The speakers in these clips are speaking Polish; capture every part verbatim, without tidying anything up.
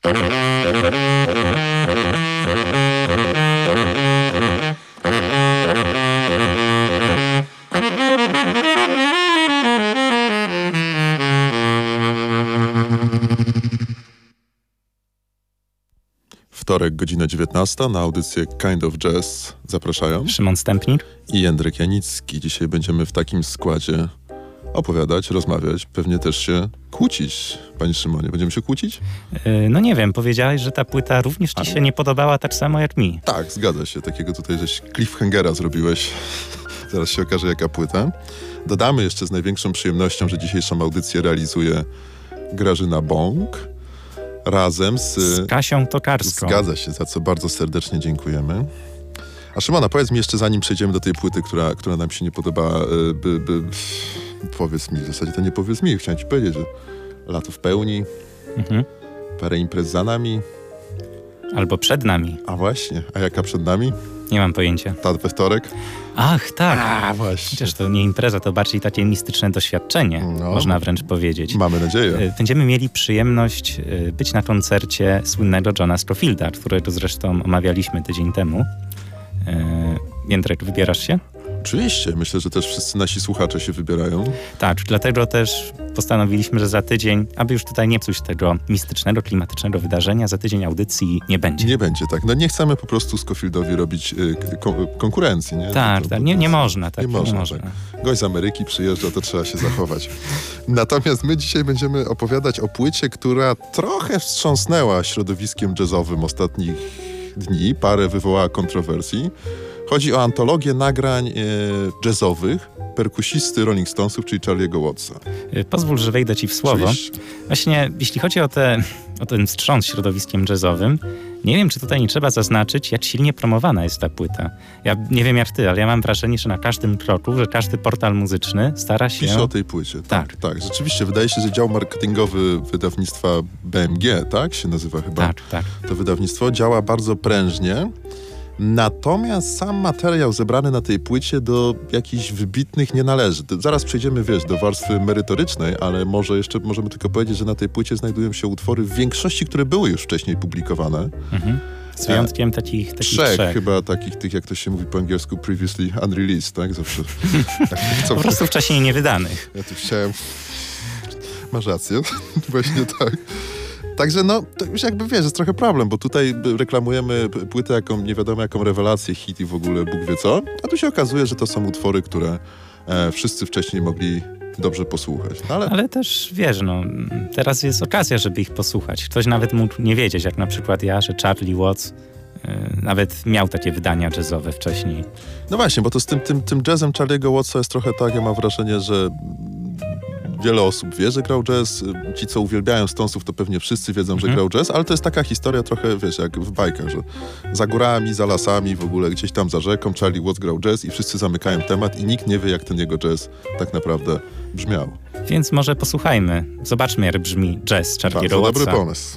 Wtorek, godzina dziewiętnasta, na audycję Kind of Jazz zapraszają Szymon Stępnik i Jędrek Janicki. Dzisiaj będziemy w takim składzie opowiadać, rozmawiać, pewnie też się kłócić. Panie Szymonie, będziemy się kłócić? Yy, no nie wiem, powiedziałeś, że ta płyta również ci się nie podobała tak samo jak mi. Tak, zgadza się. Takiego tutaj żeś cliffhangera zrobiłeś. Zaraz się okaże, jaka płyta. Dodamy jeszcze z największą przyjemnością, że dzisiejszą audycję realizuje Grażyna Bąk razem z... Z Kasią Tokarską. Zgadza się, za co bardzo serdecznie dziękujemy. A Szymona, powiedz mi jeszcze, zanim przejdziemy do tej płyty, która, która nam się nie podoba, by, by, powiedz mi, w zasadzie to nie powiedz mi, chciałem ci powiedzieć, że lato w pełni, mhm. parę imprez za nami. Albo przed nami. A właśnie, a jaka przed nami? Nie mam pojęcia. Ta we wtorek? Ach, tak. A, właśnie. Chociaż to nie impreza, to bardziej takie mistyczne doświadczenie, no, można wręcz powiedzieć. Mamy nadzieję. Będziemy mieli przyjemność być na koncercie słynnego Johna Scofielda, którego zresztą omawialiśmy tydzień temu. Jędrek, wybierasz się? Oczywiście. Myślę, że też wszyscy nasi słuchacze się wybierają. Tak, dlatego też postanowiliśmy, że za tydzień, aby już tutaj nie psuć tego mistycznego, klimatycznego wydarzenia, za tydzień audycji nie będzie. Nie będzie, tak. No nie chcemy po prostu Scofieldowi robić y, kon- konkurencji, nie? Tak, to, tak. To, nie, nie można. Tak, nie można, nie można. Tak. Gość z Ameryki przyjeżdża, to trzeba się zachować. Natomiast my dzisiaj będziemy opowiadać o płycie, która trochę wstrząsnęła środowiskiem jazzowym ostatnich dni. Parę wywołała kontrowersji. Chodzi o antologię nagrań e, jazzowych perkusisty Rolling Stonesów, czyli Charlie'ego Wattsa. Pozwól, że wejdę ci w słowo. Oczywiście. Właśnie, jeśli chodzi o, te, o ten wstrząs środowiskiem jazzowym, nie wiem, czy tutaj nie trzeba zaznaczyć, jak silnie promowana jest ta płyta. Ja nie wiem jak ty, ale ja mam wrażenie, że na każdym kroku, że każdy portal muzyczny stara się... Pisze o tej płycie. Tak, tak, tak. Rzeczywiście, wydaje się, że dział marketingowy wydawnictwa B M G, tak się nazywa chyba tak, tak. to wydawnictwo, działa bardzo prężnie. Natomiast sam materiał zebrany na tej płycie do jakichś wybitnych nie należy. Zaraz przejdziemy, wiesz, do warstwy merytorycznej, ale może jeszcze możemy tylko powiedzieć, że na tej płycie znajdują się utwory w większości, które były już wcześniej publikowane. Mhm. Z wyjątkiem e, takich, takich trzech, trzech. chyba takich, tych, jak to się mówi po angielsku, previously unreleased, tak? Zawsze. tak, co, po prostu wcześniej niewydanych. Ja tu chciałem... Masz rację. Właśnie tak. Także no, to już jakby wiesz, jest trochę problem, bo tutaj reklamujemy płytę jaką, nie wiadomo jaką rewelację, hit i w ogóle Bóg wie co, a tu się okazuje, że to są utwory, które e, wszyscy wcześniej mogli dobrze posłuchać. No, ale... ale też wiesz, no, teraz jest okazja, żeby ich posłuchać. Ktoś nawet mógł nie wiedzieć, jak na przykład ja, że Charlie Watts e, nawet miał takie wydania jazzowe wcześniej. No właśnie, bo to z tym, tym, tym jazzem Charlie'ego Wattsa jest trochę tak, ja mam wrażenie, że wiele osób wie, że grał jazz. Ci, co uwielbiają Stonesów, to pewnie wszyscy wiedzą, że grał jazz, ale to jest taka historia trochę, wiesz, jak w bajkach, że za górami, za lasami, w ogóle gdzieś tam za rzeką Charlie Watts grał jazz i wszyscy zamykają temat i nikt nie wie, jak ten jego jazz tak naprawdę brzmiał. Więc może posłuchajmy, zobaczmy, jak brzmi jazz Charlie'ego Wattsa. Bardzo dobry pomysł.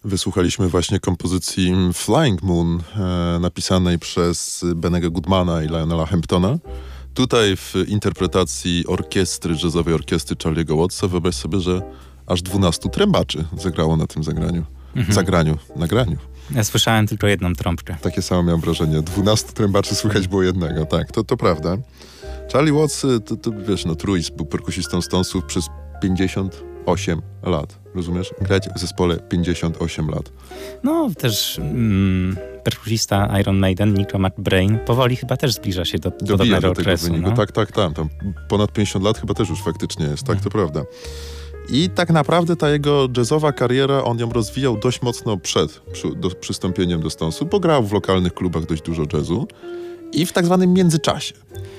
Wysłuchaliśmy właśnie kompozycji Flying Moon, e, napisanej przez Bennego Goodmana i Lionela Hamptona. Tutaj w interpretacji orkiestry, jazzowej orkiestry Charlie'ego Wattsa, wyobraź sobie, że aż dwunastu trębaczy zagrało na tym zagraniu. Mhm. Zagraniu, nagraniu. Ja słyszałem tylko jedną trąbkę. Takie samo miałem wrażenie. dwunastu trębaczy słychać było jednego. Tak, to, to prawda. Charlie Watts, to, to wiesz, no Truist był perkusistą Stonesów przez pięćdziesiąt osiem lat. Rozumiesz? Grać w zespole pięćdziesiąt osiem lat. No, też mm, perkusista Iron Maiden, Nico McBrain, powoli chyba też zbliża się do podobnego do tego okresu. wyniku. No? Tak, tak, tam, tam. Ponad pięćdziesiąt lat chyba też już faktycznie jest, tak, to prawda. I tak naprawdę ta jego jazzowa kariera, on ją rozwijał dość mocno przed przy, do, przystąpieniem do Stonesów, bo grał w lokalnych klubach dość dużo jazzu i w tak zwanym międzyczasie.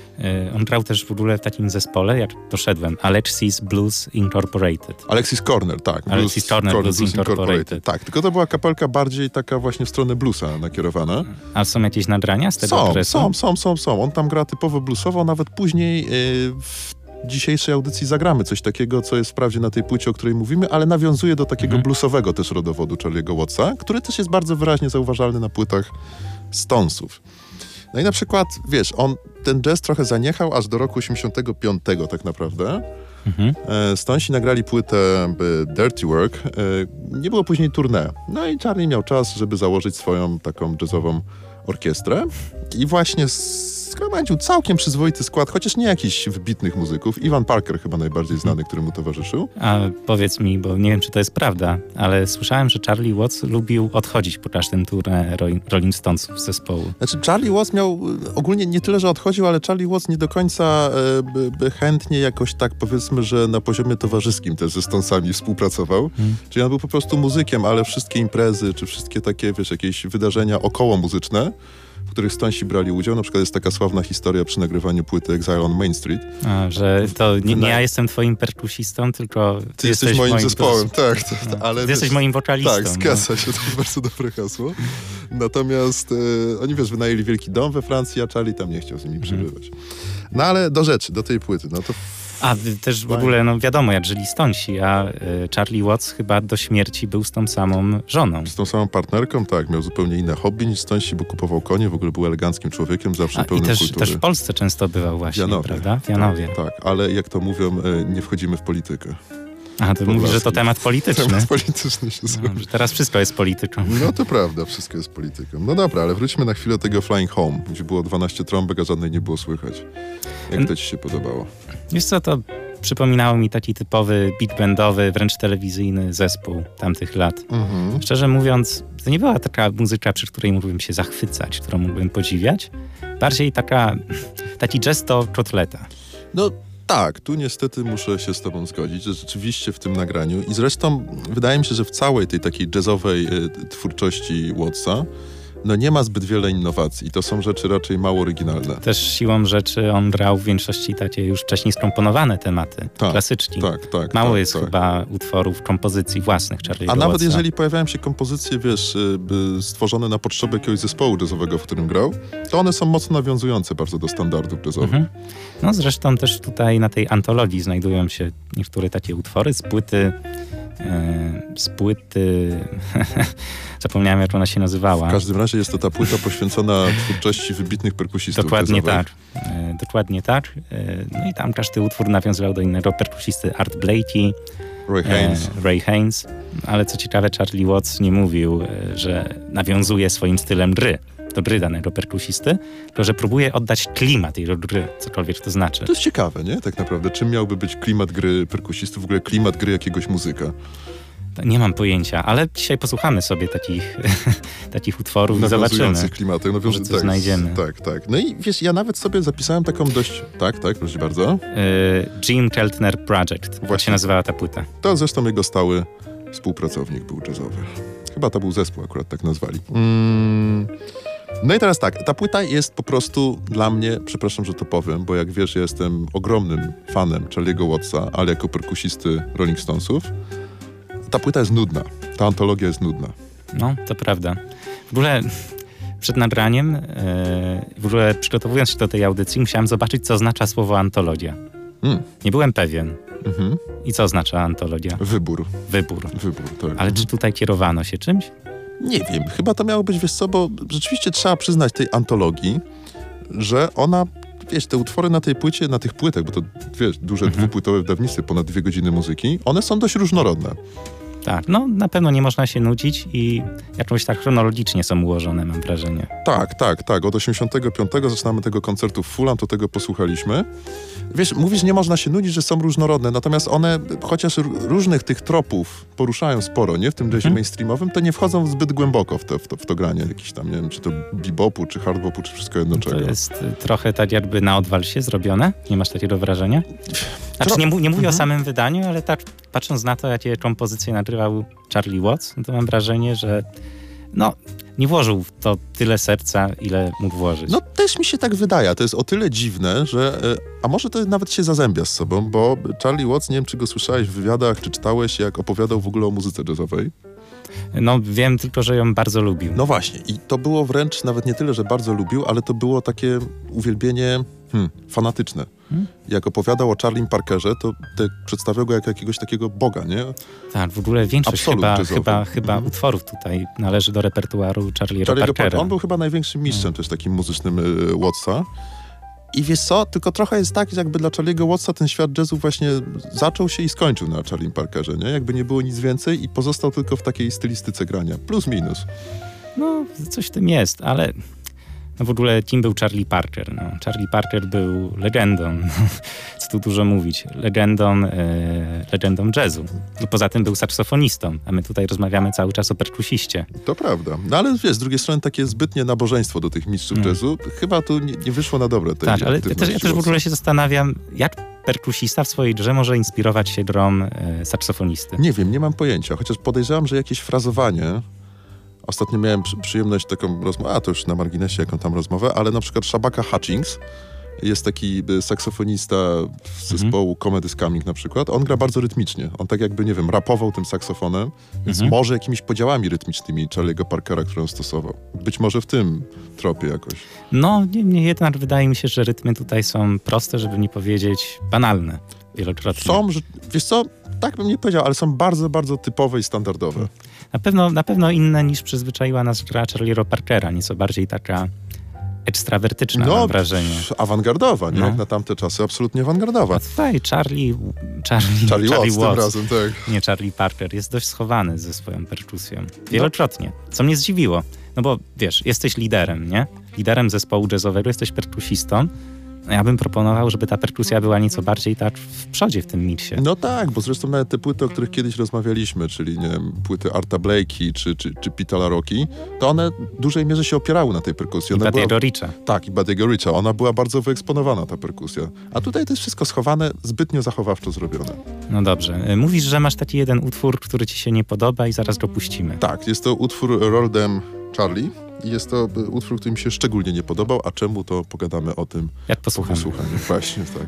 On grał też w ogóle w takim zespole, jak doszedłem, Alexis Blues Incorporated. Alexis Corner, tak. Blues, Alexis Corner, Blues, Blues Incorporated. Incorporated. Tak, tylko to była kapelka bardziej taka właśnie w stronę bluesa nakierowana. A są jakieś nagrania z tego są, okresu? Są, są, są, są. On tam gra typowo bluesowo, nawet później yy, w dzisiejszej audycji zagramy coś takiego, co jest wprawdzie na tej płycie, o której mówimy, ale nawiązuje do takiego mhm. bluesowego też rodowodu Charlie'ego Wattsa, który też jest bardzo wyraźnie zauważalny na płytach Stonesów. No i na przykład, wiesz, on ten jazz trochę zaniechał aż do roku osiemdziesiątego piątego tak naprawdę. Mhm. E, Stonesi nagrali płytę Dirty Work. E, nie było później tournée. No i Charlie miał czas, żeby założyć swoją taką jazzową orkiestrę. I właśnie zgromadził całkiem przyzwoity skład, chociaż nie jakichś wybitnych muzyków. Ivan Parker chyba najbardziej znany, który mu towarzyszył. A powiedz mi, bo nie wiem, czy to jest prawda, ale słyszałem, że Charlie Watts lubił odchodzić po każdym tournée Rolling Stonesów z zespołu. Znaczy Charlie Watts miał, ogólnie nie tyle, że odchodził, ale Charlie Watts nie do końca e, by, by chętnie jakoś tak, powiedzmy, że na poziomie towarzyskim też ze Stonesami współpracował. Hmm. Czyli on był po prostu muzykiem, ale wszystkie imprezy, czy wszystkie takie, wiesz, jakieś wydarzenia około muzyczne, w których Stonesi brali udział. Na przykład jest taka sławna historia przy nagrywaniu płyty Exile on Main Street. A, że to nie, nie ja jestem twoim perkusistą, tylko ty, ty jesteś, jesteś moim, moim zespołem. Dos... Tak, to, no, ale ty wiesz, jesteś moim wokalistą. Tak, zgadza się, to jest bardzo dobre hasło. Natomiast e, oni, wiesz, wynajęli wielki dom we Francji, a Charlie tam nie chciał z nimi przebywać. Hmm. No ale do rzeczy, do tej płyty, no to... A też w ogóle, no wiadomo, jak żyli Stonesi, a y, Charlie Watts chyba do śmierci był z tą samą żoną. Z tą samą partnerką, tak. Miał zupełnie inne hobby niż Stonesi, bo kupował konie, w ogóle był eleganckim człowiekiem, zawsze a, pełnym i też, kultury. też w Polsce często bywał właśnie, Janowie. Prawda? W Janowie. Tak, tak, ale jak to mówią, nie wchodzimy w politykę. A, ty mówisz, że to temat polityczny. Temat polityczny się zrobił. No, teraz wszystko jest polityką. No to prawda, wszystko jest polityką. No dobra, ale wróćmy na chwilę do tego Flying Home, gdzie było dwanaście trąbek, a żadnej nie było słychać. Jak to ci się podobało? Wiesz co, to przypominało mi taki typowy beat bandowy, wręcz telewizyjny zespół tamtych lat. Mhm. Szczerze mówiąc, to nie była taka muzyka, przy której mógłbym się zachwycać, którą mógłbym podziwiać. Bardziej taka, taki jazz to kotleta. No tak, tu niestety muszę się z tobą zgodzić, że rzeczywiście w tym nagraniu i zresztą wydaje mi się, że w całej tej takiej jazzowej y, twórczości Wattsa no nie ma zbyt wiele innowacji. To są rzeczy raczej mało oryginalne. Też siłą rzeczy on brał w większości takie już wcześniej skomponowane tematy, tak, klasyczki. Tak, tak. Mało tak, jest tak. chyba utworów, kompozycji własnych Charlie'ego Wattsa. A nawet jeżeli pojawiają się kompozycje, wiesz, stworzone na potrzeby jakiegoś zespołu jazzowego, w którym grał, to one są mocno nawiązujące bardzo do standardów jazzowych. Mhm. No zresztą też tutaj na tej antologii znajdują się niektóre takie utwory z płyty z płyty... Zapomniałem, jak ona się nazywała. W każdym razie jest to ta płyta poświęcona twórczości wybitnych perkusistów. Dokładnie tak. E, dokładnie tak. E, no i tam każdy utwór nawiązywał do innego perkusisty. Art Blakey, Ray Haynes. E, Ray Haynes. Ale co ciekawe, Charlie Watts nie mówił, e, że nawiązuje swoim stylem gry do gry danego perkusisty, tylko że próbuje oddać klimat tej gry, cokolwiek to znaczy. To jest ciekawe, nie? Tak naprawdę. Czym miałby być klimat gry perkusistów, w ogóle klimat gry jakiegoś muzyka? Nie mam pojęcia, ale dzisiaj posłuchamy sobie takich, takich utworów i zobaczymy. klimaty. Może coś tak, znajdziemy. Tak, tak. No i wiesz, ja nawet sobie zapisałem taką dość... Tak, tak, proszę bardzo. Yy, Jim Keltner Project. Właśnie. Tak się nazywała ta płyta. To zresztą jego stały współpracownik był jazzowy. Chyba to był zespół, akurat tak nazwali. Mm. No i teraz tak, ta płyta jest po prostu dla mnie, przepraszam, że to powiem, bo jak wiesz, ja jestem ogromnym fanem Charlie'ego Wattsa, ale jako perkusisty Rolling Stonesów, ta płyta jest nudna. Ta antologia jest nudna. No, to prawda. W ogóle przed nagraniem, yy, w ogóle przygotowując się do tej audycji, musiałem zobaczyć, co oznacza słowo antologia. Hmm. Nie byłem pewien. Mhm. I co oznacza antologia? Wybór. Wybór. Wybór, tak. Ale czy tutaj kierowano się czymś? Nie wiem, chyba to miało być, wiesz co, bo rzeczywiście trzeba przyznać tej antologii, że ona, wiesz, te utwory na tej płycie, na tych płytach, bo to, wiesz, duże Mhm. dwupłytowe wydawnictwo, ponad dwie godziny muzyki, one są dość różnorodne. Tak, no na pewno nie można się nudzić i jakoś tak chronologicznie są ułożone, mam wrażenie. Tak, tak, tak. Od osiemdziesiątego piątego zaczynamy tego koncertu w Fulham, to tego posłuchaliśmy. Wiesz, mówisz, nie można się nudzić, że są różnorodne, natomiast one, chociaż r- różnych tych tropów poruszają sporo, nie? W tym jazzie Mhm. mainstreamowym, to nie wchodzą zbyt głęboko w to, w to, w to granie jakiś tam, nie wiem, czy to bebopu, czy hardbopu, czy wszystko jedno To czego. jest y, trochę tak jakby na odwalsie zrobione. Nie masz takiego wrażenia? Znaczy Tro- nie, mu- nie mówię Mhm. o samym wydaniu, ale tak patrząc na to, jakie kompozycje nagrywał Charlie Watts, no to mam wrażenie, że no nie włożył w to tyle serca, ile mógł włożyć. No też mi się tak wydaje, to jest o tyle dziwne, że, e, a może to nawet się zazębia z sobą, bo Charlie Watts, nie wiem, czy go słyszałeś w wywiadach, czy czytałeś, jak opowiadał w ogóle o muzyce jazzowej. No wiem tylko, że ją bardzo lubił. No właśnie, i to było wręcz nawet nie tyle, że bardzo lubił, ale to było takie uwielbienie hmm, fanatyczne. Hmm? Jak opowiadał o Charlie Parkerze, to te, przedstawiał go jako jakiegoś takiego boga, nie? Tak, w ogóle większość Absolut chyba, jazzowy. chyba, chyba Mhm. utworów tutaj należy do repertuaru Charlie'ego Charlie'ego Parkera. Par- on był chyba największym mistrzem też takim muzycznym y, Wattsa. I wiesz co, tylko trochę jest tak, że jakby dla Charlie'ego Wattsa ten świat jazzu właśnie zaczął się i skończył na Charlie Parkerze, nie? Jakby nie było nic więcej i pozostał tylko w takiej stylistyce grania. Plus minus. No, coś w tym jest, ale no w ogóle kim był Charlie Parker? No, Charlie Parker był legendą, co tu dużo mówić, legendą, e, legendą jazzu. No, poza tym był saksofonistą, a my tutaj rozmawiamy cały czas o perkusiście. To prawda. No ale wiesz, z drugiej strony takie zbytnie nabożeństwo do tych mistrzów Mm. jazzu chyba tu nie, nie wyszło na dobre. Tej Tak, ale ja też, aktywności ja też w Wattsa. ogóle się zastanawiam, jak perkusista w swojej grze może inspirować się grą e, saksofonisty. Nie wiem, nie mam pojęcia, chociaż podejrzewam, że jakieś frazowanie. Ostatnio miałem przy, przyjemność taką rozmowę, a to już na marginesie jaką tam rozmowę, ale na przykład Shabaka Hutchings jest taki y, saksofonista z zespołu Comedy Coming na przykład. On gra bardzo rytmicznie. On tak jakby, nie wiem, rapował tym saksofonem, więc Mhm. może jakimiś podziałami rytmicznymi Charlie'ego Parkera, które on stosował. Być może w tym tropie jakoś. No, niemniej jednak wydaje mi się, że rytmy tutaj są proste, żeby nie powiedzieć banalne wielokrotnie. Są, że, wiesz co, tak bym nie powiedział, ale są bardzo, bardzo typowe i standardowe. Na pewno, na pewno inne niż przyzwyczaiła nas gra Charlie'ego Parkera, nieco bardziej taka ekstrawertyczna, mam wrażenie. pff, awangardowa, nie? No. Jak na tamte czasy, absolutnie awangardowa. A tutaj Charlie, Charlie, Charlie, Charlie Watts, Watts, tym razem, tak. nie Charlie Parker, jest dość schowany ze swoją perkusją. Wielokrotnie. Co mnie zdziwiło. No bo wiesz, jesteś liderem, nie? Liderem zespołu jazzowego, jesteś perkusistą. No ja bym proponował, żeby ta perkusja była nieco bardziej tak w przodzie w tym miksie. No tak, bo zresztą nawet te płyty, o których kiedyś rozmawialiśmy, czyli nie wiem, płyty Arta Blakey czy, czy, czy Pita LaRocki, to one w dużej mierze się opierały na tej perkusji. I Ona była, Buddy'ego Richa. tak, i Buddy'ego Richa. Ona była bardzo wyeksponowana, ta perkusja. A tutaj to jest wszystko schowane, zbytnio zachowawczo zrobione. No dobrze. Mówisz, że masz taki jeden utwór, który ci się nie podoba i zaraz go puścimy. Tak, jest to utwór Roll Them Charlie i jest to y, utwór, który mi się szczególnie nie podobał, a czemu, to pogadamy o tym Jak po posłuchamy? wysłuchaniu. Właśnie, tak.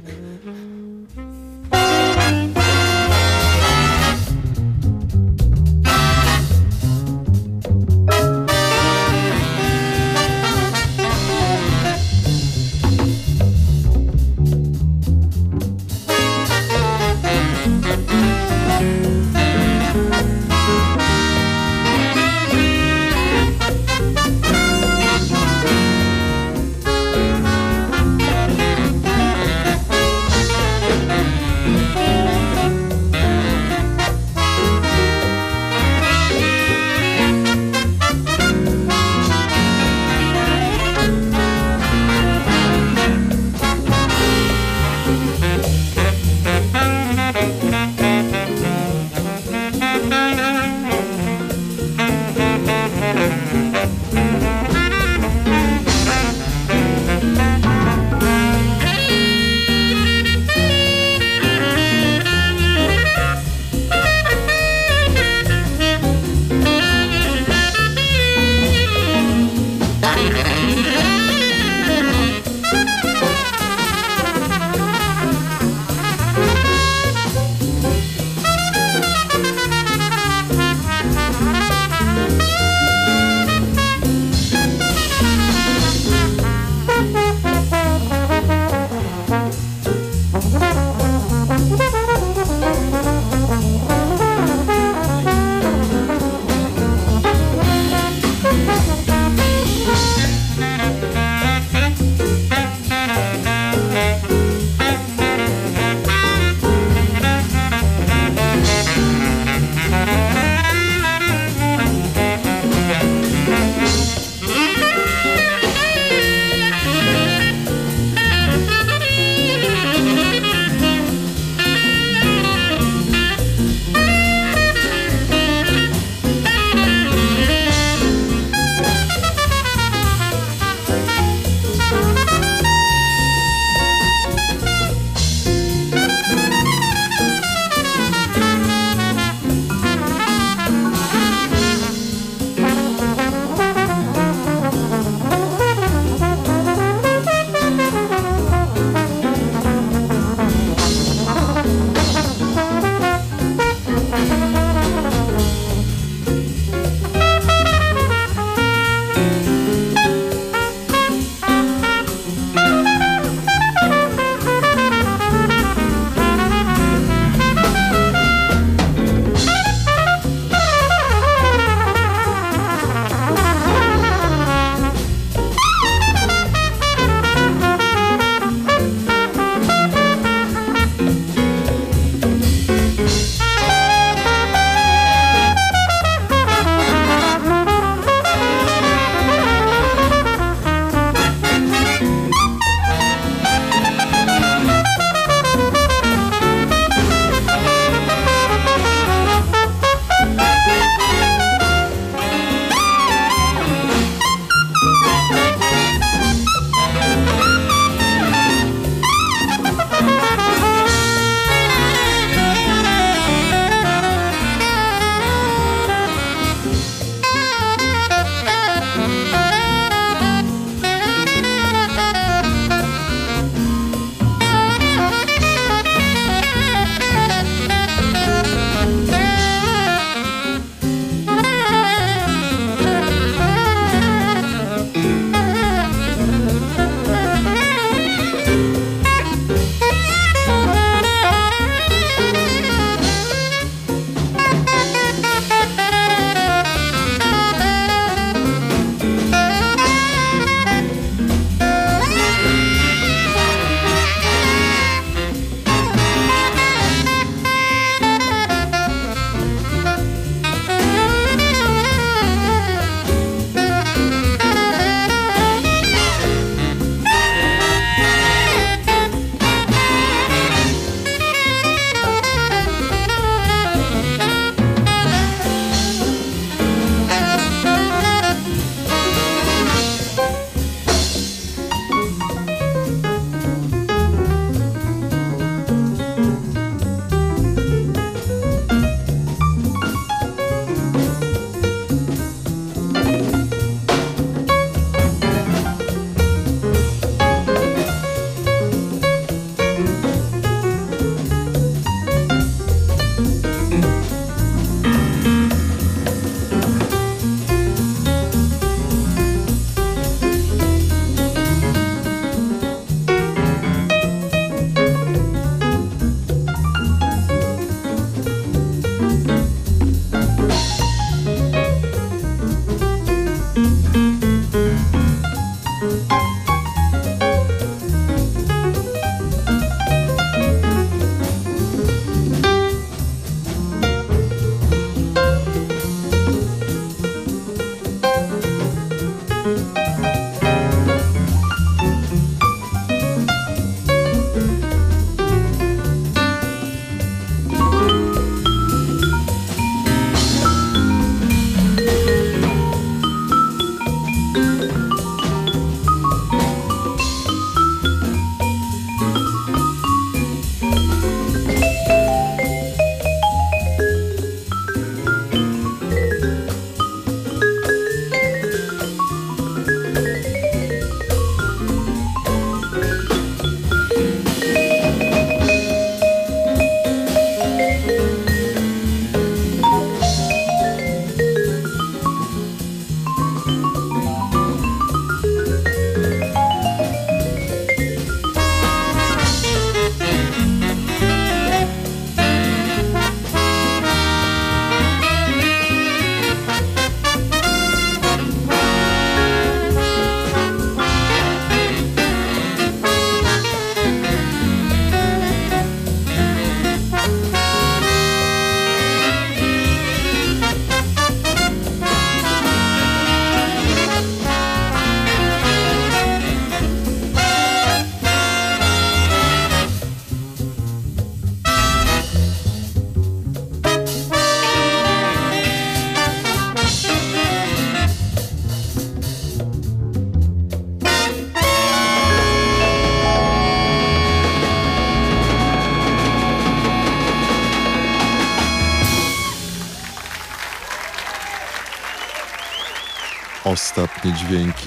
Ostatnie dźwięki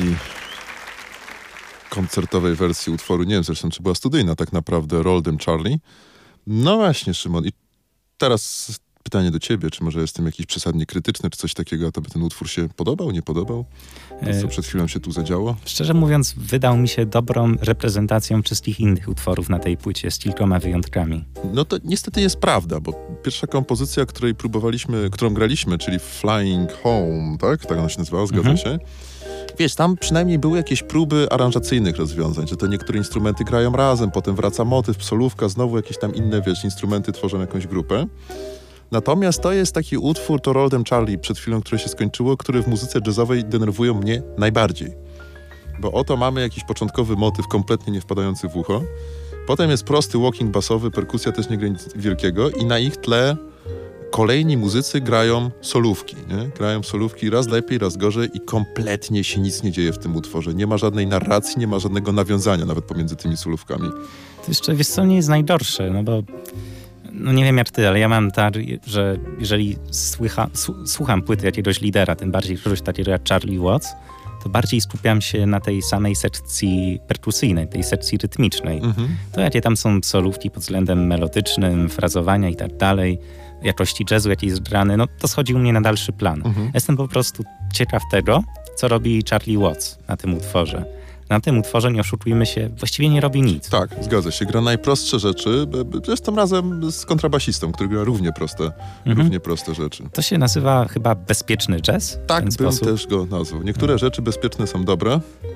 koncertowej wersji utworu, nie wiem zresztą, czy była studyjna tak naprawdę, Roll Them Charlie. No właśnie, Szymon, i teraz pytanie do ciebie, czy może jestem jakiś przesadnie krytyczny, czy coś takiego, a tobie ten utwór się podobał, nie podobał? To, co przed chwilą się tu zadziało? Szczerze mówiąc, wydał mi się dobrą reprezentacją wszystkich innych utworów na tej płycie, z kilkoma wyjątkami. No to niestety jest prawda, bo pierwsza kompozycja, której próbowaliśmy, którą graliśmy, czyli Flying Home, tak? Tak ona się nazywała, zgadza mhm. się? Wiesz, tam przynajmniej były jakieś próby aranżacyjnych rozwiązań, że to niektóre instrumenty grają razem, potem wraca motyw, solówka, znowu jakieś tam inne, wiesz, instrumenty tworzą jakąś grupę. Natomiast to jest taki utwór, to Roll Them Charlie przed chwilą, które się skończyło, który w muzyce jazzowej denerwują mnie najbardziej. Bo oto mamy jakiś początkowy motyw kompletnie nie wpadający w ucho. Potem jest prosty walking basowy, perkusja też nie gra nic wielkiego i na ich tle kolejni muzycy grają solówki, nie? Grają solówki raz lepiej, raz gorzej i kompletnie się nic nie dzieje w tym utworze. Nie ma żadnej narracji, nie ma żadnego nawiązania nawet pomiędzy tymi solówkami. To jeszcze, wiesz co, nie jest najgorsze, no bo no nie wiem jak ty, ale ja mam tak, że jeżeli słycha, słucham płyty jakiegoś lidera, tym bardziej kogoś takiego jak Charlie Watts, to bardziej skupiam się na tej samej sekcji perkusyjnej, tej sekcji rytmicznej. Mhm. To jakie tam są solówki pod względem melodycznym, frazowania i tak dalej, jakości jazzu, jaki jest grany, no to schodzi u mnie na dalszy plan. Mhm. Jestem po prostu ciekaw tego, co robi Charlie Watts na tym utworze. Na tym utworze, nie oszukujmy się, właściwie nie robi nic. Tak, zgadza się. Gra najprostsze rzeczy. Zresztą razem z kontrabasistą, który gra równie proste, mhm. równie proste rzeczy. To się nazywa chyba bezpieczny jazz? Tak, bym sposób. też go nazwał. Niektóre no. rzeczy bezpieczne są dobre,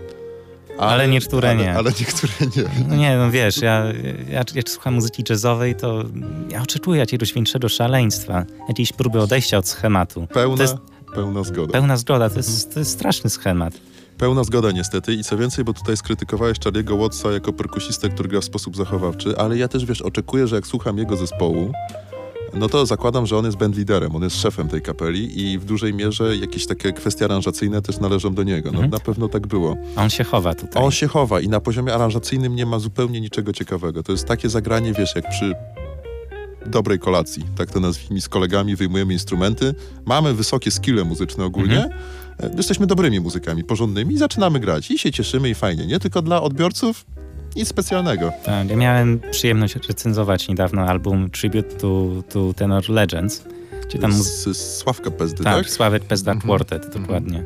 ale, ale niektóre ale, nie. Ale niektóre nie. No nie, no wiesz, ja, ja jak słucham muzyki jazzowej, to ja oczekuję jakiegoś większego szaleństwa, jakiejś próby odejścia od schematu. Pełna, to jest, pełna zgoda. Pełna zgoda, to jest, to jest straszny schemat. Pełna zgoda niestety i co więcej, bo tutaj skrytykowałeś Charlie'ego Wattsa jako perkusistę, który gra w sposób zachowawczy, ale ja też, wiesz, oczekuję, że jak słucham jego zespołu, no to zakładam, że on jest bandleaderem, on jest szefem tej kapeli i w dużej mierze jakieś takie kwestie aranżacyjne też należą do niego. No mhm. na pewno tak było. A on się chowa tutaj. On się chowa i na poziomie aranżacyjnym nie ma zupełnie niczego ciekawego. To jest takie zagranie, wiesz, jak przy dobrej kolacji, tak to nazwijmy, z kolegami wyjmujemy instrumenty, mamy wysokie skille muzyczne ogólnie, mhm. jesteśmy dobrymi muzykami, porządnymi i zaczynamy grać i się cieszymy i fajnie, nie? Tylko dla odbiorców nic specjalnego. Tak, ja miałem przyjemność recenzować niedawno album Tribute to, to Tenor Legends. Gdzie tam... Z, z Sławka Pezdy, tak? Tak, Sławek Pezda mhm. Quartet, mhm. dokładnie.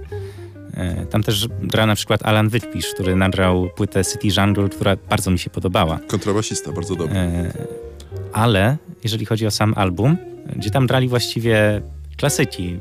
Tam też gra na przykład Alan Wytpisz, który nagrał płytę City Jungle, która bardzo mi się podobała. Kontrabasista, bardzo dobry. E, ale jeżeli chodzi o sam album, gdzie tam grali właściwie klasyki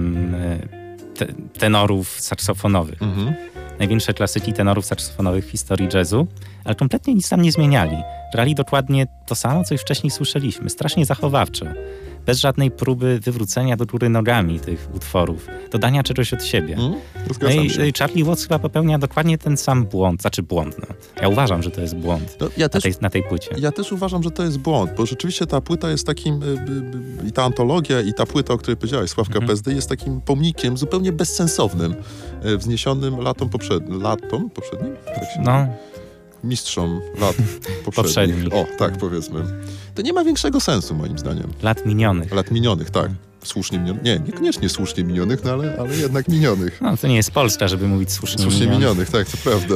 te, tenorów saksofonowych. Mhm. Największe klasyki tenorów saksofonowych w historii jazzu, ale kompletnie nic tam nie zmieniali. Grali dokładnie to samo, co już wcześniej słyszeliśmy. Strasznie zachowawczo. Bez żadnej próby wywrócenia do góry nogami tych utworów. Dodania czegoś od siebie. Mm, no i się. Charlie Watts chyba popełnia dokładnie ten sam błąd. Znaczy błąd, no. Ja uważam, że to jest błąd no, ja na, też, tej, na tej płycie. Ja też uważam, że to jest błąd, bo rzeczywiście ta płyta jest takim, y, y, i ta antologia, i ta płyta, o której powiedziałeś, Sławka mm. Pezdy, jest takim pomnikiem zupełnie bezsensownym, y, wzniesionym latom, poprzed... latom poprzednim? Tak się no. mistrzom lat poprzednich. poprzednich. O, tak powiedzmy. To nie ma większego sensu, moim zdaniem. Lat minionych. Lat minionych, tak. Słusznie minionych. Nie, niekoniecznie słusznie minionych, no ale, ale jednak minionych. No, to nie jest Polska, żeby mówić słusznie, słusznie minionych. minionych. Tak, to prawda.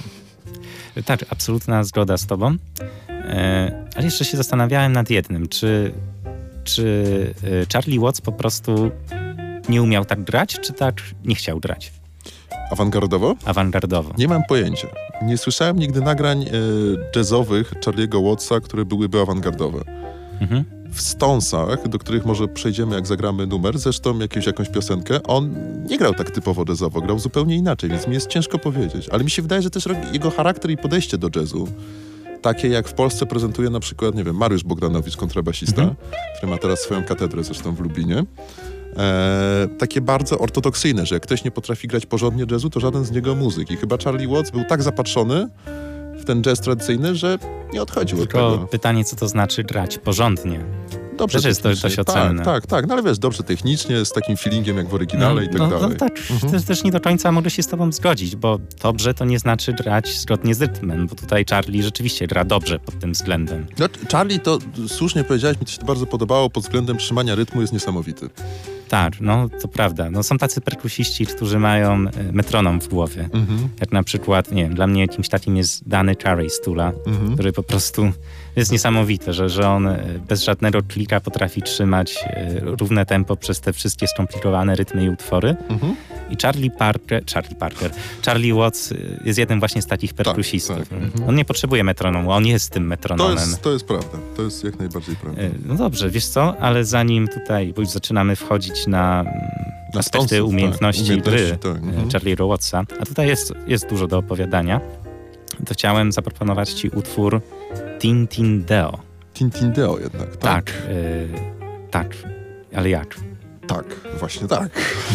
Tak, absolutna zgoda z tobą. E, ale jeszcze się zastanawiałem nad jednym. Czy, czy Charlie Watts po prostu nie umiał tak grać, czy tak nie chciał grać? Awangardowo? Awangardowo. Nie mam pojęcia. Nie słyszałem nigdy nagrań e, jazzowych Charlie'ego Wattsa, które byłyby awangardowe. Mhm. W Stonesach, do których może przejdziemy, jak zagramy numer, zresztą jakąś, jakąś piosenkę, on nie grał tak typowo jazzowo, grał zupełnie inaczej, więc mi jest ciężko powiedzieć. Ale mi się wydaje, że też jego charakter i podejście do jazzu, takie jak w Polsce prezentuje na przykład, nie wiem, Mariusz Bogdanowicz, kontrabasista, mhm. który ma teraz swoją katedrę zresztą w Lublinie, E, takie bardzo ortodoksyjne, że jak ktoś nie potrafi grać porządnie jazzu, to żaden z niego muzyk. I chyba Charlie Watts był tak zapatrzony w ten jazz tradycyjny, że nie odchodził Tylko od tego. Pytanie, co to znaczy grać porządnie? Dobrze też jest to dość ocenne. Tak, tak, tak. No ale wiesz, dobrze technicznie, z takim feelingiem jak w oryginale no, i tak no, dalej. No tak, mhm. też, też nie do końca mogę się z tobą zgodzić, bo dobrze to nie znaczy grać zgodnie z rytmem, bo tutaj Charlie rzeczywiście gra dobrze pod tym względem. No, Charlie to, słusznie powiedziałeś, mi to się to bardzo podobało, pod względem trzymania rytmu jest niesamowity. Tak, no to prawda. No, są tacy perkusiści, którzy mają metronom w głowie. Mhm. Jak na przykład, nie wiem, dla mnie jakimś takim jest Danny Carey z Tula, Mhm. który po prostu jest niesamowite, że, że on bez żadnego klika potrafi trzymać równe tempo przez te wszystkie skomplikowane rytmy i utwory. Mhm. I Charlie Parker, Charlie Parker, Charlie Watts jest jednym właśnie z takich perkusistów. Tak, tak. Mhm. On nie potrzebuje metronomu, on jest tym To metronomem. jest, to jest prawda. To jest jak najbardziej prawda. No dobrze, wiesz co, ale zanim tutaj, bo już zaczynamy wchodzić na, Na aspekty stąsów, umiejętności, tak, umiejętności, gry tak, mhm. Charlie'ego Wattsa, a tutaj jest, jest dużo do opowiadania, to chciałem zaproponować ci utwór Tin Tin Deo. Tintindeo jednak, tak? Tak, y, tak, ale jak? Tak, właśnie tak.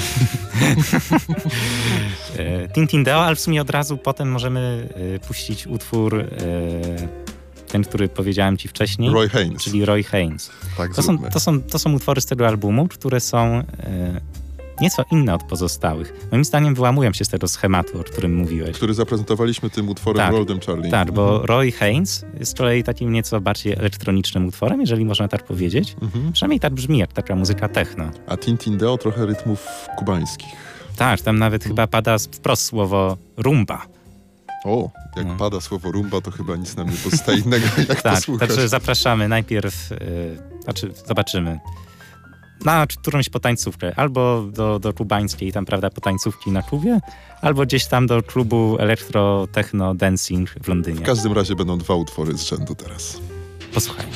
Y, Tin Tin Deo, ale w sumie od razu potem możemy y, puścić utwór, y, ten, który powiedziałem ci wcześniej, Roy Haynes. czyli Roy Haynes. Tak, To są, zróbmy. to, są, to są utwory z tego albumu, które są e, nieco inne od pozostałych. Moim zdaniem wyłamują się z tego schematu, o którym mówiłeś. Który zaprezentowaliśmy tym utworem Tak. Roldem Charlie. Tak, bo Mhm. Roy Haynes jest z kolei takim nieco bardziej elektronicznym utworem, jeżeli można tak powiedzieć. Mhm. Przynajmniej tak brzmi, jak taka muzyka techno. A Tintindeo trochę rytmów kubańskich. Tak, tam nawet chyba pada wprost słowo rumba. O, jak No. pada słowo rumba, to chyba nic nam nie pozostaje innego, jak Tak, posłuchać. także zapraszamy najpierw, e, znaczy zobaczymy, na którąś potańcówkę, albo do, do kubańskiej, tam prawda, potańcówki na klubie, albo gdzieś tam do klubu elektro, techno, dancing w Londynie. W każdym razie będą dwa utwory z rzędu teraz. Posłuchajmy.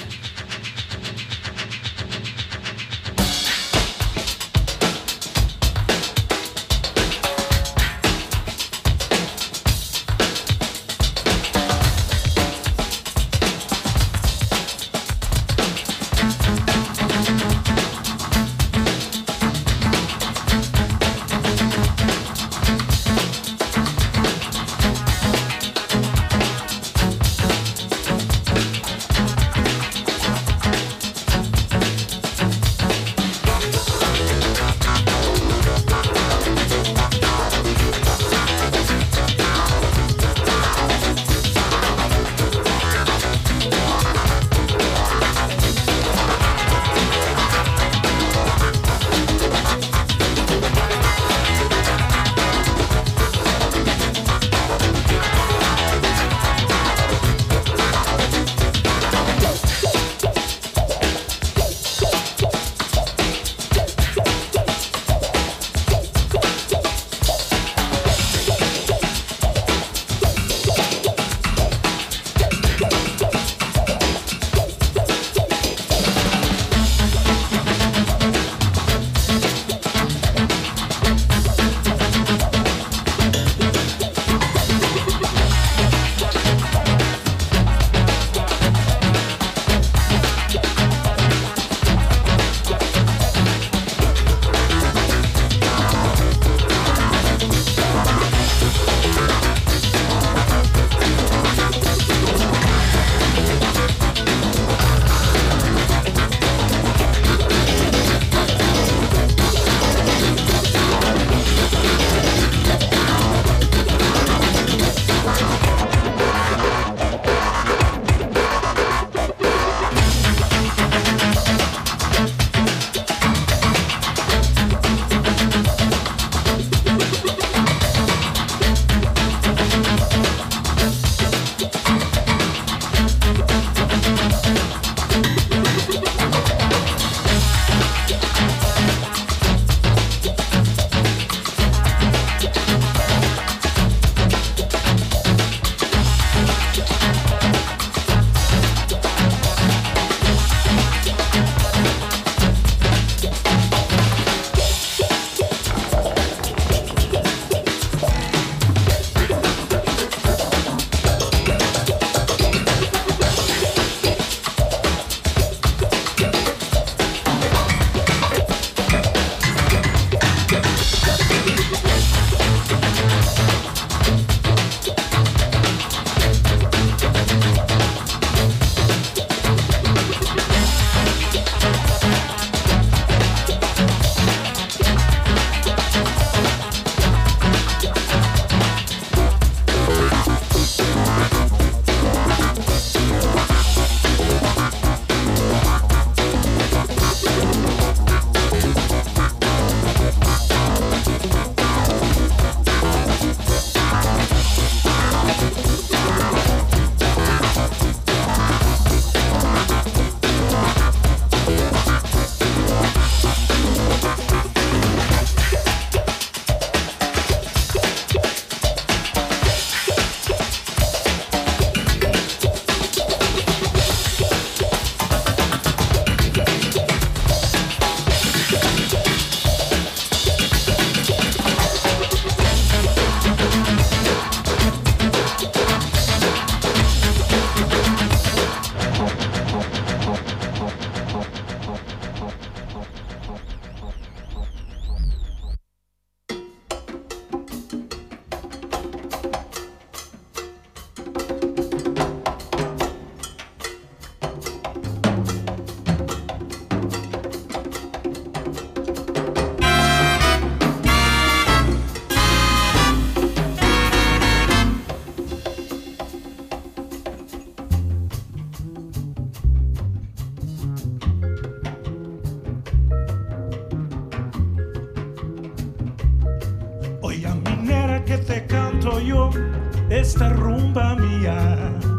canto yo esta rumba mía.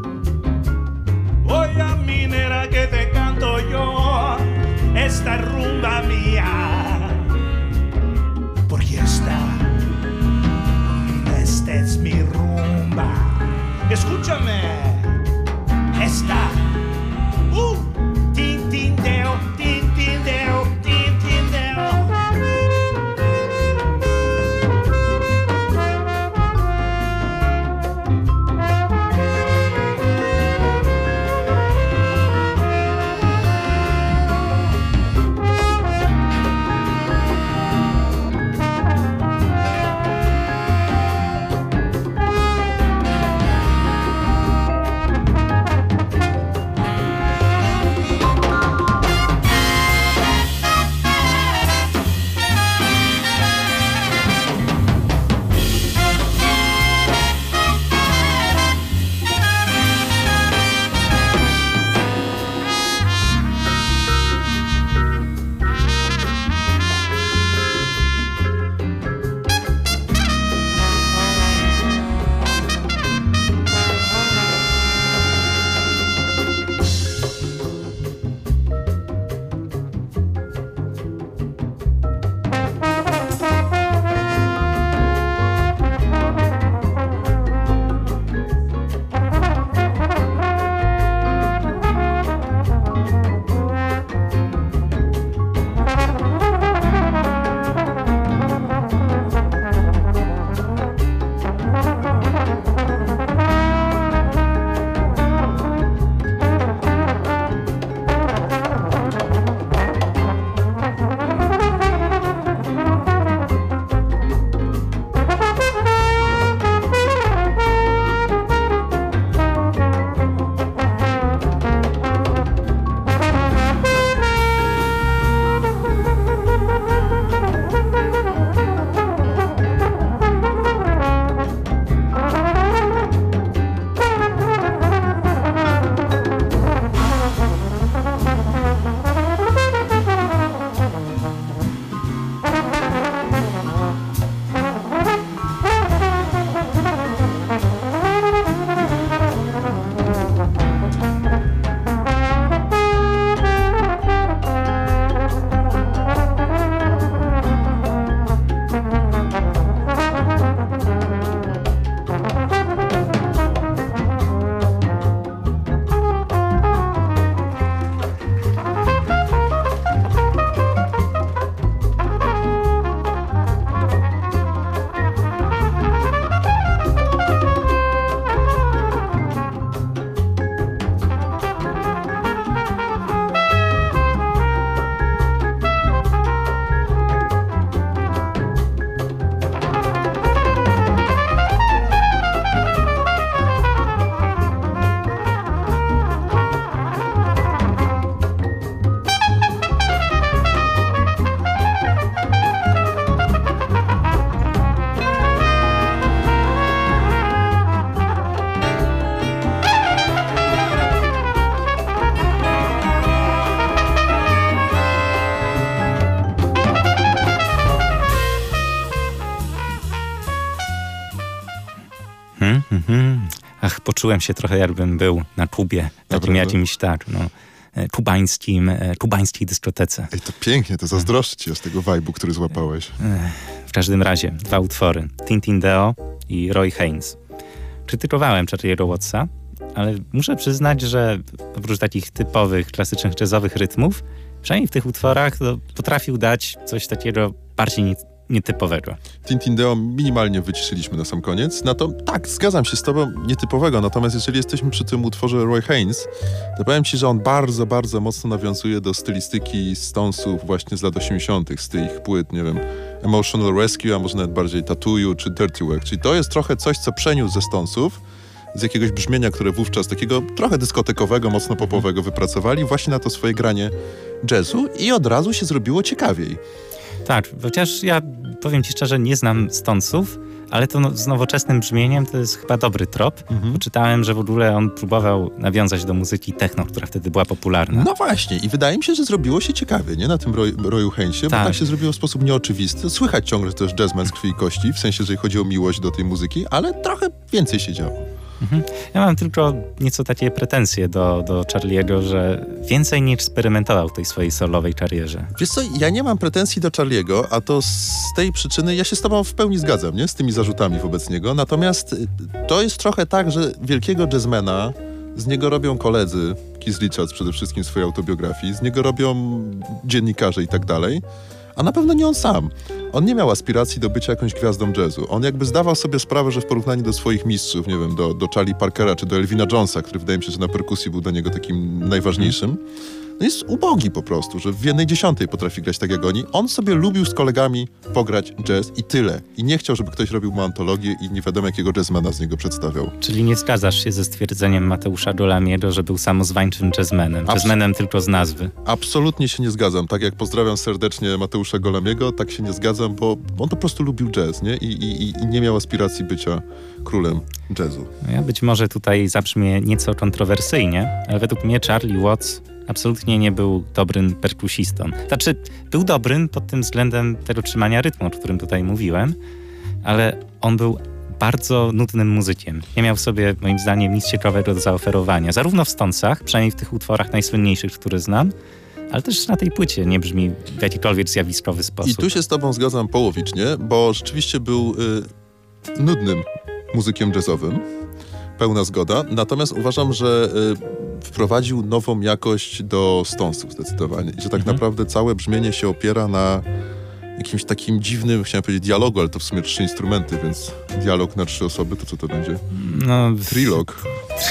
Oye, minera, que te canto yo esta rumba mía. Porque esta, esta es mi rumba. Escúchame, esta. Uh, tin, tin, deo, tin, tin, deo, tin, tin, deo. Ach, poczułem się trochę, jakbym był na tubie, takim jakimś, tak, no, tubańskim, tubańskiej dyskotece. Ej, to pięknie, to zazdroszczę ci z tego vibe'u, który złapałeś. W każdym razie, dwa utwory. Tintin Deo i Roy Haynes. Krytykowałem Charlie'ego Wattsa, ale muszę przyznać, że oprócz takich typowych, klasycznych jazzowych rytmów, przynajmniej w tych utworach to potrafił dać coś takiego bardziej nietypowego. Tintin Deo minimalnie wyciszyliśmy na sam koniec. Na to, tak, zgadzam się z tobą, nietypowego. Natomiast jeżeli jesteśmy przy tym utworze Roy Haynes, to powiem ci, że on bardzo, bardzo mocno nawiązuje do stylistyki Stonesów właśnie z lat osiemdziesiątych, z tych płyt, nie wiem, Emotional Rescue, a może nawet bardziej Tattoo czy Dirty Work. Czyli to jest trochę coś, co przeniósł ze Stonesów, z jakiegoś brzmienia, które wówczas takiego trochę dyskotekowego, mocno popowego wypracowali właśnie na to swoje granie jazzu i od razu się zrobiło ciekawiej. Tak, chociaż ja powiem ci szczerze, nie znam Stonesów, ale to no, z nowoczesnym brzmieniem to jest chyba dobry trop. Mhm. Czytałem, że w ogóle on próbował nawiązać do muzyki techno, która wtedy była popularna. No właśnie i wydaje mi się, że zrobiło się ciekawie, nie? Na tym Roy, Royu Haynesie, Tak. bo tak się zrobiło w sposób nieoczywisty. Słychać ciągle, że to jest jazzman z krwi i kości, w sensie, jeżeli chodzi o miłość do tej muzyki, ale trochę więcej się działo. Mhm. Ja mam tylko nieco takie pretensje do, do Charlie'ego, że więcej nie eksperymentował w tej swojej solowej karierze. Wiesz co, ja nie mam pretensji do Charlie'ego, a to z tej przyczyny, ja się z tobą w pełni zgadzam, nie? Z tymi zarzutami wobec niego, natomiast y, to jest trochę tak, że wielkiego jazzmana z niego robią koledzy, Keith Richards przede wszystkim w swojej autobiografii, z niego robią dziennikarze i tak dalej, a na pewno nie on sam. On nie miał aspiracji do bycia jakąś gwiazdą jazzu. On jakby zdawał sobie sprawę, że w porównaniu do swoich mistrzów, nie wiem, do, do Charlie Parkera czy do Elvina Jonesa, który wydaje mi się, że na perkusji był dla niego takim najważniejszym, no jest ubogi po prostu, że w jednej dziesiątej potrafi grać tak jak oni. On sobie lubił z kolegami pograć jazz i tyle. I nie chciał, żeby ktoś robił mu antologię i nie wiadomo jakiego jazzmana z niego przedstawiał. Czyli nie zgadzasz się ze stwierdzeniem Mateusza Golamiego, że był samozwańczym jazzmenem. Abs- Jazzmenem tylko z nazwy. Absolutnie się nie zgadzam. Tak jak pozdrawiam serdecznie Mateusza Golamiego, tak się nie zgadzam, bo on po prostu lubił jazz, nie? I, i, i nie miał aspiracji bycia królem jazzu. Ja być może tutaj zabrzmię nieco kontrowersyjnie, ale według mnie Charlie Watts absolutnie nie był dobrym perkusistą. Znaczy, był dobrym pod tym względem tego trzymania rytmu, o którym tutaj mówiłem, ale on był bardzo nudnym muzykiem. Nie miał w sobie, moim zdaniem, nic ciekawego do zaoferowania. Zarówno w Stonesach, przynajmniej w tych utworach najsłynniejszych, które znam, ale też na tej płycie nie brzmi w jakikolwiek zjawiskowy sposób. I tu się z tobą zgadzam połowicznie, bo rzeczywiście był y, nudnym muzykiem jazzowym. Pełna zgoda. Natomiast uważam, że y, wprowadził nową jakość do Stonesów zdecydowanie. I że tak Mhm. naprawdę całe brzmienie się opiera na jakimś takim dziwnym, chciałem powiedzieć dialogu, ale to w sumie trzy instrumenty, więc dialog na trzy osoby, to co to będzie? No, Trilog.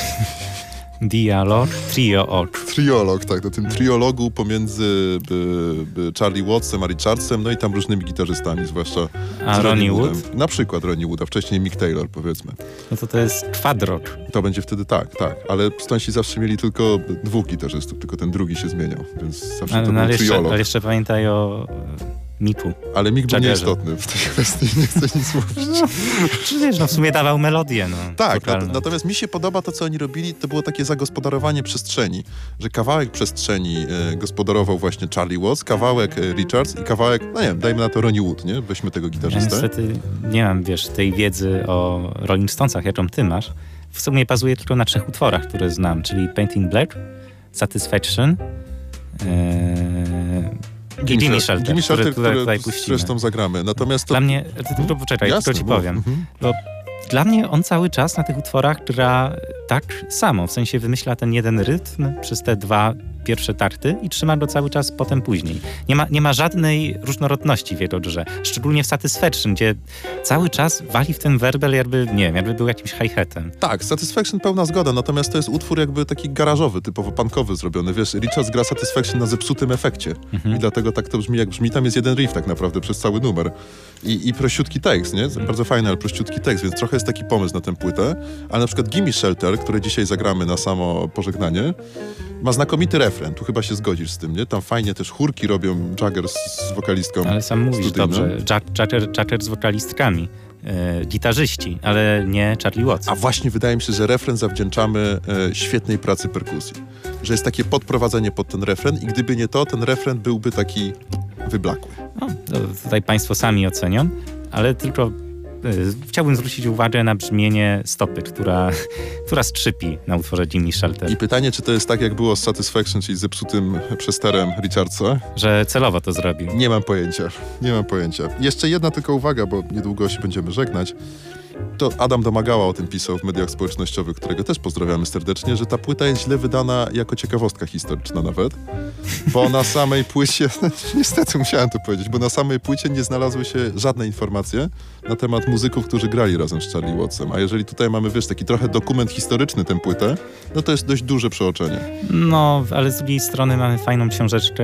dialog, trio ok. Triolog, tak, na tym triologu pomiędzy by, by Charlie Wattsem a Richardsem, no i tam różnymi gitarzystami, zwłaszcza A z Ronnie Woodem. Wood? Na przykład Ronnie Wood, a wcześniej Mick Taylor, powiedzmy. No to to jest kwadrok. To będzie wtedy tak, tak, ale Stonesi zawsze mieli tylko dwóch gitarzystów, tylko ten drugi się zmieniał, więc zawsze Ale, to no, ale, był jeszcze, triolog. ale jeszcze pamiętaj o e, Miku. Ale Mick był Jaggerze. nieistotny w tej kwestii, nie chcę nic mówić. Czy wiesz, no w sumie dawał melodię, no. Tak, wokalną. nat- natomiast mi się podoba to, co oni robili, to było takie zagospodarowanie przestrzeni, że kawałek przestrzeni e, gospodarował właśnie Charlie Watts, kawałek e, Richards i kawałek, no nie wiem, dajmy na to Ronnie Wood, nie? Weźmy tego Ja gitarzystę. niestety nie mam, wiesz, tej wiedzy o Rolling Stonesach, jaką ty masz. W sumie bazuję tylko na trzech utworach, które znam, czyli Paint in Black, Satisfaction ee, i Jimmy Shelter, Jimmy Shelter, który który tutaj puścimy. zresztą zagramy. Natomiast to... Dla mnie, tylko poczekaj, Jasne, tylko ci mów. powiem, Mhm. bo dla mnie on cały czas na tych utworach gra tak samo, w sensie wymyśla ten jeden rytm przez te dwa pierwsze takty i trzyma go cały czas potem później. Nie ma, nie ma żadnej różnorodności w jego grze, szczególnie w Satisfaction, gdzie cały czas wali w ten werbel jakby, nie wiem, jakby był jakimś hi-hatem. Tak, Satisfaction pełna zgoda, natomiast to jest utwór jakby taki garażowy, typowo punkowy zrobiony. Wiesz, Richards gra Satisfaction na zepsutym efekcie Mhm. i dlatego tak to brzmi, jak brzmi. Tam jest jeden riff tak naprawdę przez cały numer. I, i prościutki tekst, nie? Bardzo fajny, ale prościutki tekst, więc trochę jest taki pomysł na tę płytę. Ale na przykład Gimme Shelter, które dzisiaj zagramy na samo pożegnanie, ma znakomity refren. Tu chyba się zgodzisz z tym, nie? Tam fajnie też chórki robią Jagger z, z wokalistką. Ale sam mówisz studyjną. dobrze, Jack, Jagger, Jagger z wokalistkami, e, gitarzyści, ale nie Charlie Watts. A właśnie wydaje mi się, że refren zawdzięczamy e, świetnej pracy perkusji. Że jest takie podprowadzenie pod ten refren i gdyby nie to, ten refren byłby taki wyblakły. No, to tutaj państwo sami ocenią, ale tylko y, chciałbym zwrócić uwagę na brzmienie stopy, która, która skrzypi na utworze Jimmy Shelter, I pytanie, czy to jest tak, jak było z Satisfaction, czyli zepsutym przesterem Richardsa? że celowo to zrobił. Nie mam pojęcia. Nie mam pojęcia. Jeszcze jedna tylko uwaga, bo niedługo się będziemy żegnać. To Adam Domagała o tym pisał w mediach społecznościowych, którego też pozdrawiamy serdecznie, że ta płyta jest źle wydana jako ciekawostka historyczna nawet, bo na samej płycie, niestety musiałem to powiedzieć, bo na samej płycie nie znalazły się żadne informacje na temat muzyków, którzy grali razem z Charlie Wattsem. A jeżeli tutaj mamy, wiesz, taki trochę dokument historyczny tę płytę, no to jest dość duże przeoczenie. No, ale z drugiej strony mamy fajną książeczkę z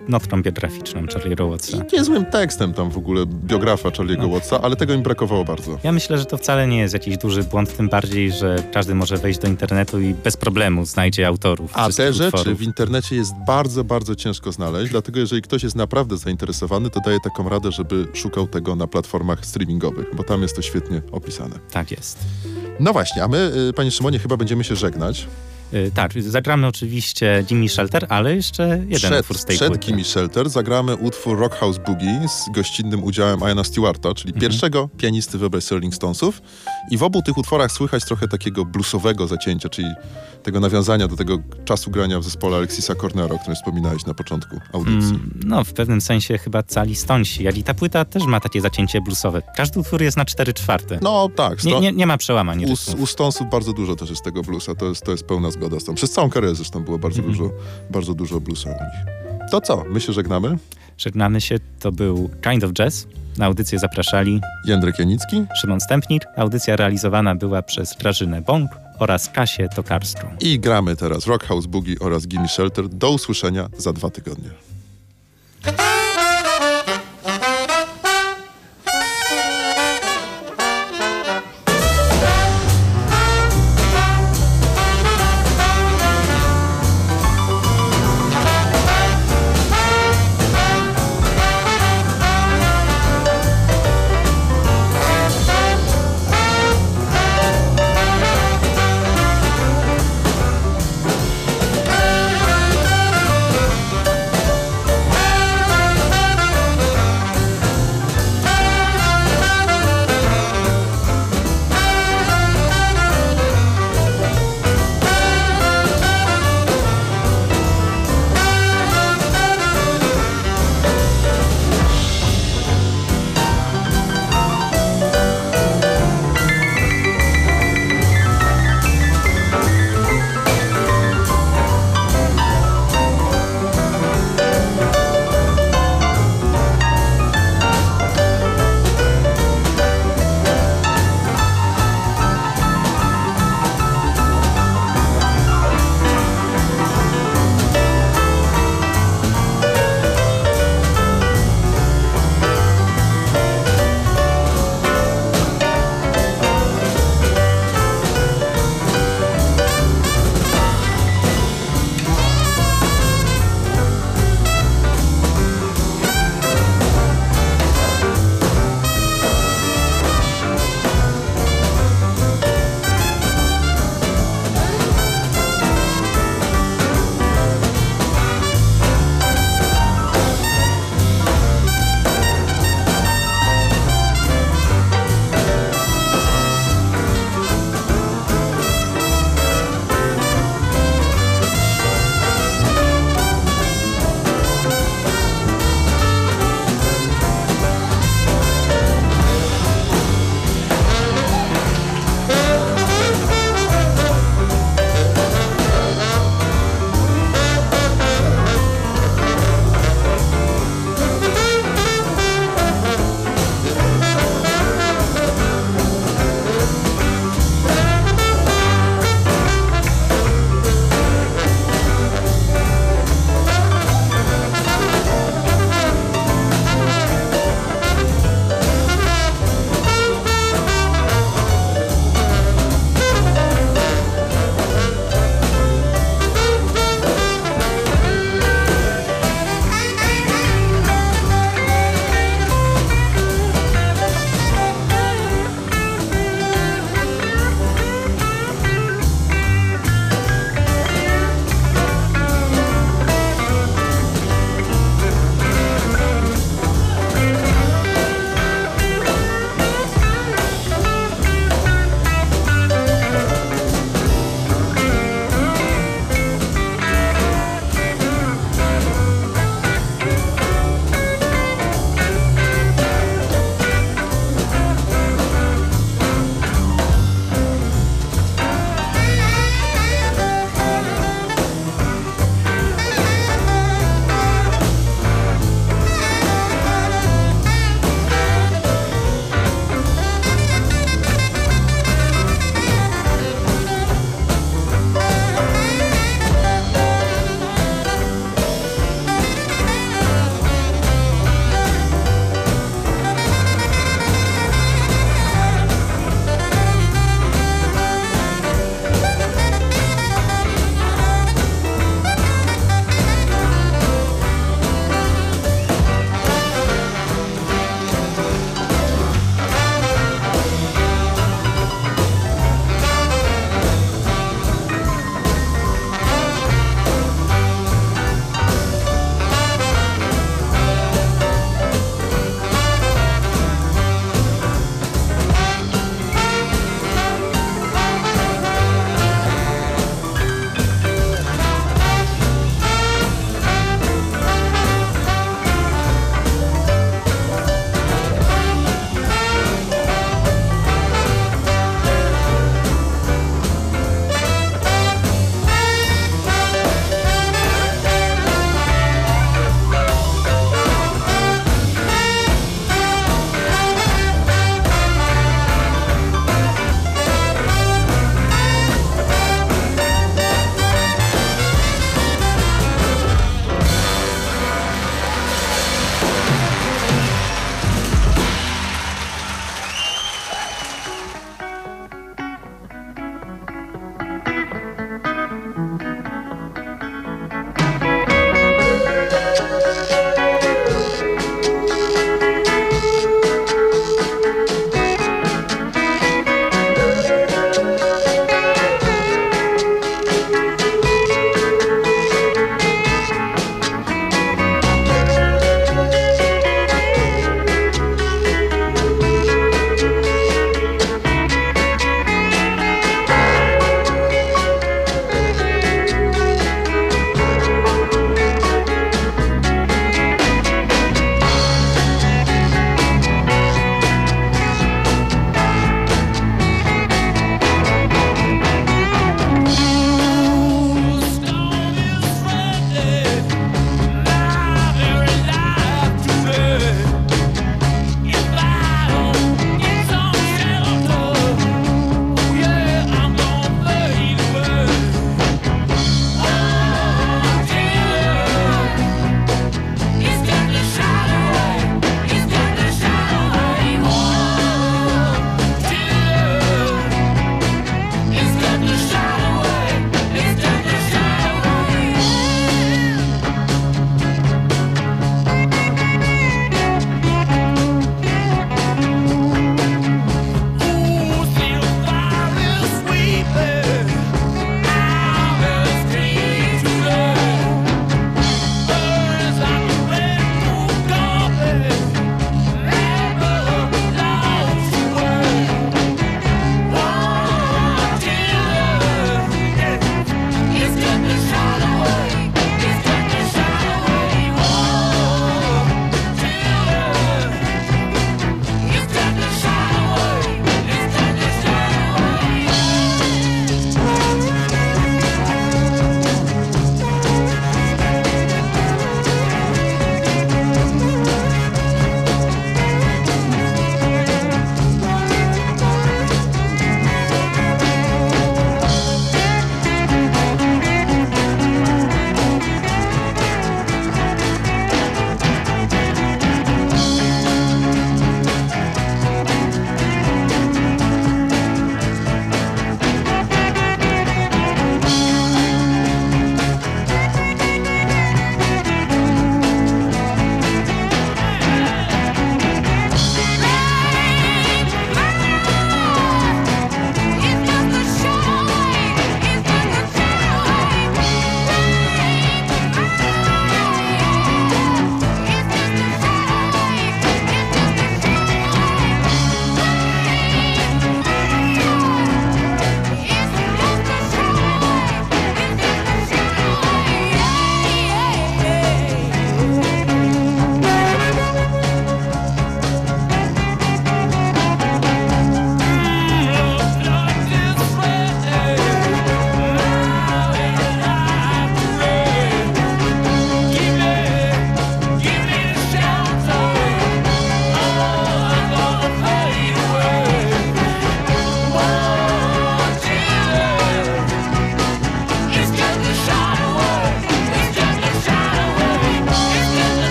notką biograficzną Charlie'ego Wattsa. I niezłym tekstem tam w ogóle biografa Charlie'ego No. Wattsa, ale tego mi brakowało bardzo. Ja myślę, że to wcale nie jest jakiś duży błąd, tym bardziej, że każdy może wejść do internetu i bez problemu znajdzie autorów A wszystkich te rzeczy utworów. w internecie jest bardzo, bardzo ciężko znaleźć, dlatego jeżeli ktoś jest naprawdę zainteresowany, to daję taką radę, żeby szukał tego na platformach streamingowych, bo tam jest to świetnie opisane. Tak jest. No właśnie, a my, y, panie Szymonie, chyba będziemy się żegnać. Yy, tak, zagramy oczywiście Gimme Shelter, ale jeszcze jeden utwór z tej przed płyty. Gimme Shelter zagramy utwór Rock House Boogie z gościnnym udziałem Iana Stewarta, czyli Mhm. pierwszego pianisty w obecnie Rolling Stonesów. I w obu tych utworach słychać trochę takiego bluesowego zacięcia, czyli tego nawiązania do tego czasu grania w zespole Alexisa Cornera, o którym wspominałeś na początku audycji. Mm, no, w pewnym sensie chyba cali Stonesi, jak i ta płyta też ma takie zacięcie bluesowe. Każdy utwór jest na cztery czwarte. No tak, Nie, sto- nie, nie ma przełamań u, rytmów. u Stonesów bardzo dużo też jest tego bluesa, to jest, to jest pełna zgoda z tym. Przez całą karierę zresztą było bardzo Mhm. dużo, bardzo dużo bluesa u nich. To co, my się żegnamy. Żegnamy się, to był Kind of Jazz. Na audycję zapraszali Jędrek Janicki Szymon Stępnik. Audycja realizowana była przez Grażynę Bąk oraz Kasię Tokarską. i gramy teraz Rock House Boogie oraz Gimme Shelter. Do usłyszenia za dwa tygodnie.